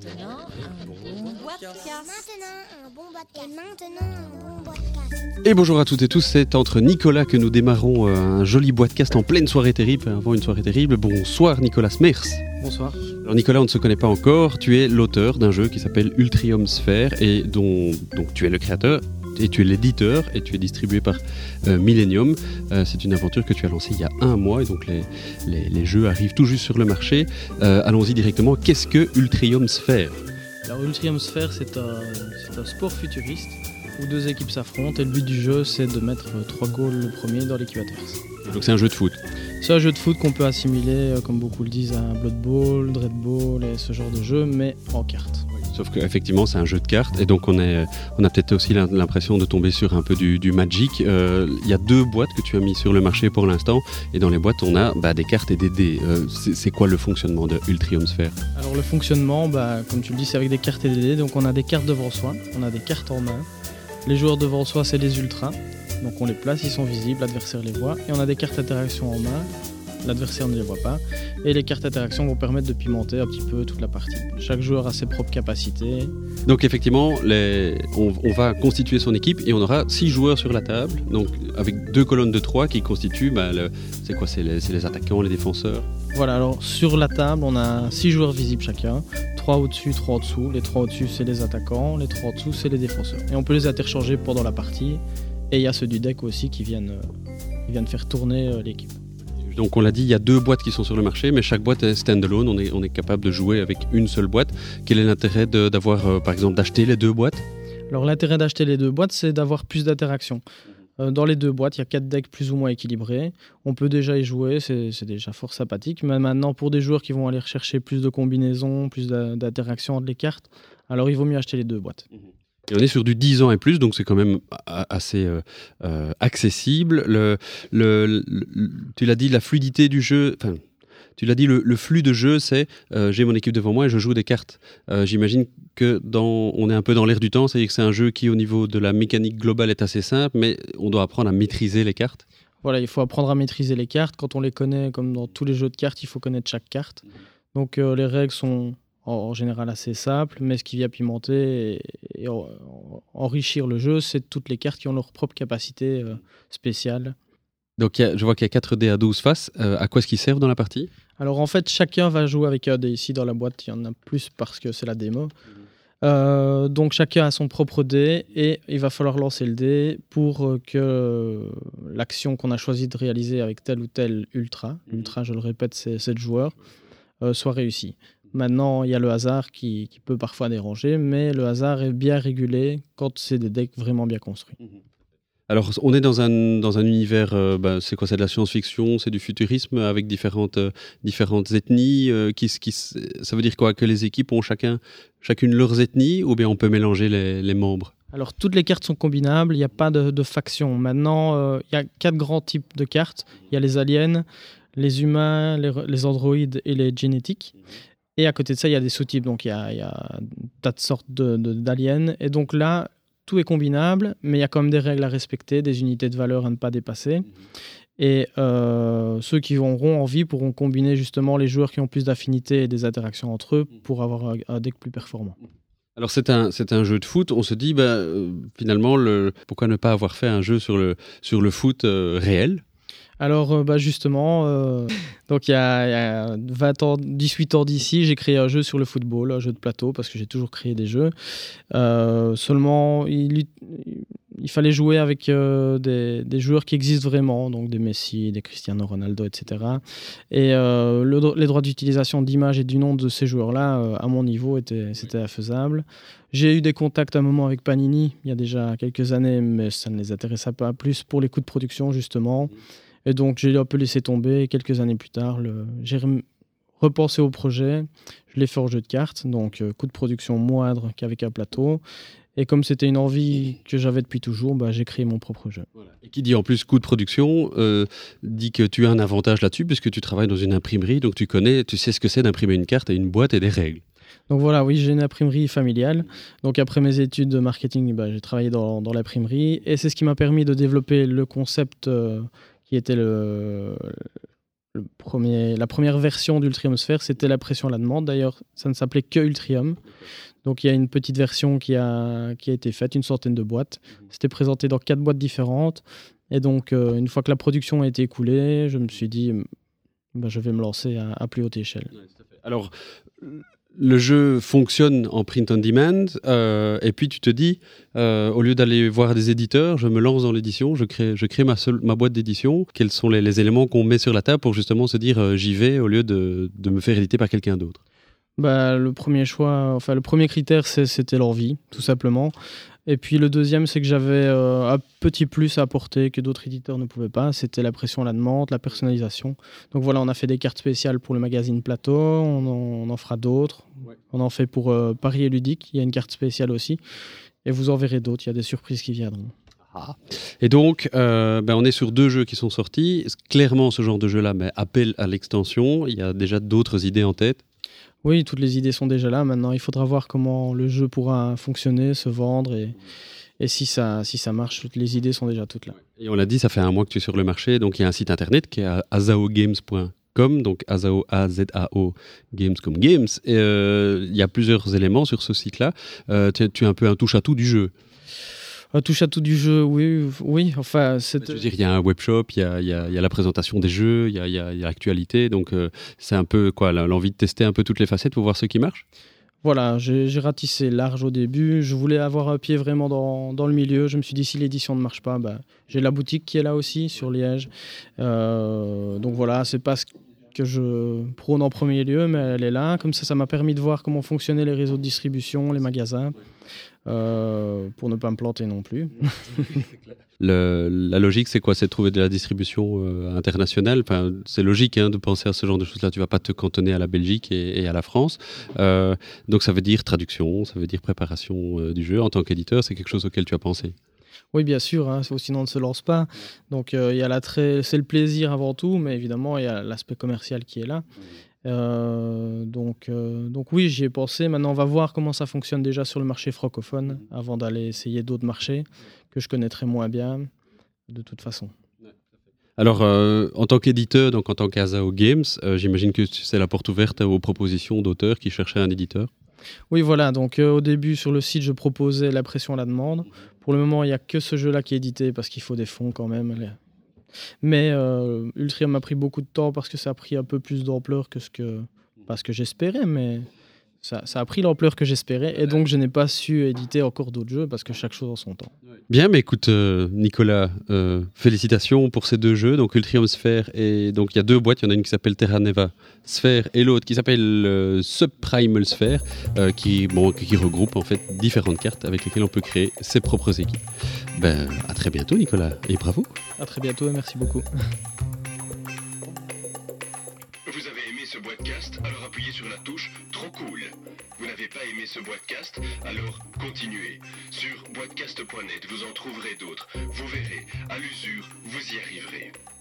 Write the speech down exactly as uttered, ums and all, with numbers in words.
maintenant, un bon podcast. Maintenant, un bon podcast. Et maintenant, un bon podcast. Et bonjour à toutes et tous, c'est entre Nicolas que nous démarrons euh, un joli podcast en pleine soirée terrible, avant une soirée terrible. Bonsoir Nicolas Smers. Bonsoir. Alors Nicolas, on ne se connaît pas encore, tu es l'auteur d'un jeu qui s'appelle Ultrium Sphere et dont donc, tu es le créateur et tu es l'éditeur et tu es distribué par euh, Millennium. Euh, c'est une aventure que tu as lancée il y a un mois et donc les, les, les jeux arrivent tout juste sur le marché. Euh, allons-y directement, qu'est-ce que Ultrium Sphere ? Alors Ultrium Sphere, c'est un, c'est un sport futuriste où deux équipes s'affrontent et le but du jeu c'est de mettre trois goals le premier dans l'équipe adverse. Donc c'est un jeu de foot. C'est un jeu de foot qu'on peut assimiler, comme beaucoup le disent, à un Blood Bowl, Dread Ball et ce genre de jeu, mais en cartes. Sauf qu'effectivement c'est un jeu de cartes et donc on, est, on a peut-être aussi l'impression de tomber sur un peu du, du Magic. Il euh, y a deux boîtes que tu as mis sur le marché pour l'instant et dans les boîtes on a bah, des cartes et des dés. Euh, c'est, c'est quoi le fonctionnement de Ultrium Sphere ? Alors le fonctionnement, bah, comme tu le dis, c'est avec des cartes et des dés. Donc on a des cartes devant soi, on a des cartes en main. Les joueurs devant soi c'est les ultras, donc on les place, ils sont visibles, l'adversaire les voit. Et on a des cartes d'interaction en main. L'adversaire ne les voit pas. Et les cartes d'interaction vont permettre de pimenter un petit peu toute la partie. Chaque joueur a ses propres capacités. Donc effectivement, les... on, on va constituer son équipe et on aura six joueurs sur la table. Donc avec deux colonnes de trois qui constituent, bah, le... c'est quoi c'est les, c'est les attaquants, les défenseurs. Voilà, alors sur la table, on a six joueurs visibles chacun. trois au-dessus, trois au-dessous. Les trois au-dessus, c'est les attaquants. Les trois au-dessous, c'est les défenseurs. Et on peut les interchanger pendant la partie. Et il y a ceux du deck aussi qui viennent, euh, qui viennent faire tourner euh, l'équipe. Donc on l'a dit, il y a deux boîtes qui sont sur le marché, mais chaque boîte est standalone, on est, on est capable de jouer avec une seule boîte. Quel est l'intérêt de, d'avoir, euh, par exemple, d'acheter les deux boîtes ? Alors l'intérêt d'acheter les deux boîtes, c'est d'avoir plus d'interactions. Euh, dans les deux boîtes, il y a quatre decks plus ou moins équilibrés. On peut déjà y jouer, c'est, c'est déjà fort sympathique. Mais maintenant, pour des joueurs qui vont aller rechercher plus de combinaisons, plus d'interactions entre les cartes, alors il vaut mieux acheter les deux boîtes. Et on est sur du dix ans et plus, donc c'est quand même assez euh, euh, accessible. Le, le, le, tu l'as dit, la fluidité du jeu... Enfin, tu l'as dit, le, le flux de jeu, c'est euh, j'ai mon équipe devant moi et je joue des cartes. Euh, j'imagine que dans, on est un peu dans l'air du temps, c'est-à-dire que c'est un jeu qui, au niveau de la mécanique globale, est assez simple, mais on doit apprendre à maîtriser les cartes. Voilà, il faut apprendre à maîtriser les cartes. Quand on les connaît, comme dans tous les jeux de cartes, il faut connaître chaque carte. Donc euh, les règles sont en général assez simples, mais ce qui vient pimenter et, et enrichir le jeu, c'est toutes les cartes qui ont leur propre capacité euh, spéciale. Donc y a, je vois qu'il y a quatre dés à douze faces. Euh, à quoi est-ce qu'ils servent dans la partie ? Alors en fait, chacun va jouer avec un dé. Ici dans la boîte, il y en a plus parce que c'est la démo. Euh, donc chacun a son propre dé et il va falloir lancer le dé pour que l'action qu'on a choisi de réaliser avec tel ou tel ultra, ultra je le répète c'est sept joueurs, euh, soit réussie. Maintenant, il y a le hasard qui, qui peut parfois déranger, mais le hasard est bien régulé quand c'est des decks vraiment bien construits. Alors, on est dans un, dans un univers, euh, bah, c'est quoi ? C'est de la science-fiction, c'est du futurisme avec différentes, euh, différentes ethnies. Euh, qui, qui, ça veut dire quoi ? Que les équipes ont chacun, chacune leurs ethnies ou bien on peut mélanger les, les membres ? Alors, toutes les cartes sont combinables, il n'y a pas de, de faction. Maintenant, euh, il y a quatre grands types de cartes. Il y a les aliens, les humains, les, les androïdes et les génétiques. Et à côté de ça, il y a des sous-types. Donc, il y a, il y a un tas de sortes de, de, d'aliens. Et donc là, tout est combinable, mais il y a quand même des règles à respecter, des unités de valeur à ne pas dépasser. Et euh, ceux qui auront envie pourront combiner justement les joueurs qui ont plus d'affinités et des interactions entre eux pour avoir un, un deck plus performant. Alors c'est un, c'est un jeu de foot, on se dit bah, euh, finalement le, pourquoi ne pas avoir fait un jeu sur le, sur le foot euh, réel ? Alors euh, bah justement, euh, donc il y, y a vingt ans, dix-huit ans d'ici, j'ai créé un jeu sur le football, un jeu de plateau, parce que j'ai toujours créé des jeux. Euh, seulement, il, il fallait jouer avec euh, des, des joueurs qui existent vraiment, donc des Messi, des Cristiano Ronaldo, et cetera. Et euh, le, les droits d'utilisation d'image et du nom de ces joueurs-là, euh, à mon niveau, étaient, c'était infaisable. J'ai eu des contacts à un moment avec Panini, il y a déjà quelques années, mais ça ne les intéressait pas plus pour les coûts de production, justement. Et donc, j'ai un peu laissé tomber. Et quelques années plus tard, le... j'ai repensé au projet. Je l'ai fait en jeu de cartes. Donc, euh, coût de production moindre qu'avec un plateau. Et comme c'était une envie que j'avais depuis toujours, bah, j'ai créé mon propre jeu. Voilà. Et qui dit en plus coût de production, euh, dit que tu as un avantage là-dessus puisque tu travailles dans une imprimerie. Donc, tu connais, tu sais ce que c'est d'imprimer une carte et une boîte et des règles. Donc voilà, oui, j'ai une imprimerie familiale. Donc après mes études de marketing, bah, j'ai travaillé dans, dans l'imprimerie. Et c'est ce qui m'a permis de développer le concept... Euh, qui était le, le premier, la première version d'Ultrium Sphere, c'était la pression à la demande. D'ailleurs, ça ne s'appelait que Ultrium. Donc il y a une petite version qui a, qui a été faite, une centaine de boîtes. C'était présenté dans quatre boîtes différentes. Et donc, euh, une fois que la production a été écoulée, je me suis dit, bah, je vais me lancer à, à plus haute échelle. Ouais, tout à fait. Alors, le jeu fonctionne en print on demand, euh, et puis tu te dis, euh, au lieu d'aller voir des éditeurs, je me lance dans l'édition, je crée, je crée ma, seule, ma boîte d'édition. Quels sont les, les éléments qu'on met sur la table pour justement se dire, euh, j'y vais, au lieu de, de me faire éditer par quelqu'un d'autre? Bah, le premier choix, enfin le premier critère, c'est, c'était l'envie, tout simplement. Et puis le deuxième, c'est que j'avais euh, un petit plus à apporter que d'autres éditeurs ne pouvaient pas. C'était la pression à la demande, la personnalisation. Donc voilà, on a fait des cartes spéciales pour le magazine Plateau, on en, on en fera d'autres. Ouais. On en fait pour euh, Paris et Ludique, il y a une carte spéciale aussi. Et vous en verrez d'autres, il y a des surprises qui viendront. Ah. Et donc, euh, ben on est sur deux jeux qui sont sortis. Clairement, ce genre de jeu-là mais appelle à l'extension. Il y a déjà d'autres idées en tête. Oui, toutes les idées sont déjà là. Maintenant, il faudra voir comment le jeu pourra fonctionner, se vendre. Et, et si, ça, si ça marche, les idées sont déjà toutes là. Et on l'a dit, ça fait un mois que tu es sur le marché. Donc, il y a un site internet qui est azao games point com. Donc, Azao, A Z A O, Games comme Games. Et euh, il y a plusieurs éléments sur ce site-là. Euh, tu, tu es un peu un touche-à-tout du jeu. Un touche-à-tout du jeu, oui. oui enfin, c'est... Je veux dire, il y a un webshop, il y a, il y a, il y a la présentation des jeux, il y a, il y a, il y a l'actualité. Donc, euh, c'est un peu quoi, l'envie de tester un peu toutes les facettes pour voir ce qui marche. Voilà, j'ai, j'ai ratissé large au début. Je voulais avoir un pied vraiment dans, dans le milieu. Je me suis dit, si l'édition ne marche pas, bah, j'ai la boutique qui est là aussi, sur Liège. Euh, donc voilà, c'est pas ce que je prône en premier lieu, mais elle est là. Comme ça, ça m'a permis de voir comment fonctionnaient les réseaux de distribution, les magasins. Euh, pour ne pas me planter non plus. Le, la logique, c'est quoi? C'est de trouver de la distribution euh, internationale. Enfin, c'est logique hein, de penser à ce genre de choses-là. Tu ne vas pas te cantonner à la Belgique et, et à la France. Euh, donc, ça veut dire traduction, ça veut dire préparation euh, du jeu. En tant qu'éditeur, c'est quelque chose auquel tu as pensé? Oui, bien sûr. Hein, sinon, on ne se lance pas. Donc, euh, y a l'attrait, c'est le plaisir avant tout, mais évidemment, il y a l'aspect commercial qui est là. Euh, donc, euh, donc oui, j'y ai pensé. Maintenant, on va voir comment ça fonctionne déjà sur le marché francophone avant d'aller essayer d'autres marchés que je connaîtrais moins bien, de toute façon. Alors, euh, en tant qu'éditeur, donc en tant qu'Azao Games, euh, j'imagine que c'est la porte ouverte aux propositions d'auteurs qui cherchaient un éditeur. Oui, voilà. Donc, euh, au début, sur le site, je proposais la pression à la demande. Pour le moment, il n'y a que ce jeu-là qui est édité parce qu'il faut des fonds quand même. Mais euh, Ultrium a pris beaucoup de temps parce que ça a pris un peu plus d'ampleur que ce que, pas ce que j'espérais, mais ça, ça a pris l'ampleur que j'espérais. Et donc, je n'ai pas su éditer encore d'autres jeux parce que chaque chose en son temps. Bien, mais écoute, euh, Nicolas, euh, félicitations pour ces deux jeux. Donc, Ultrium Sphere, et donc il y a deux boîtes. Il y en a une qui s'appelle Terra Neva Sphere et l'autre qui s'appelle euh, Subprimal Sphere, euh, qui, bon, qui regroupe en fait différentes cartes avec lesquelles on peut créer ses propres équipes. Ben, à très bientôt, Nicolas, et bravo. À très bientôt et merci beaucoup. Vous avez aimé ce podcast? Alors appuyez sur la touche Trop cool. Vous n'avez pas aimé ce podcast? Alors continuez. Sur boitcast point net, vous en trouverez d'autres. Vous verrez, à l'usure, vous y arriverez.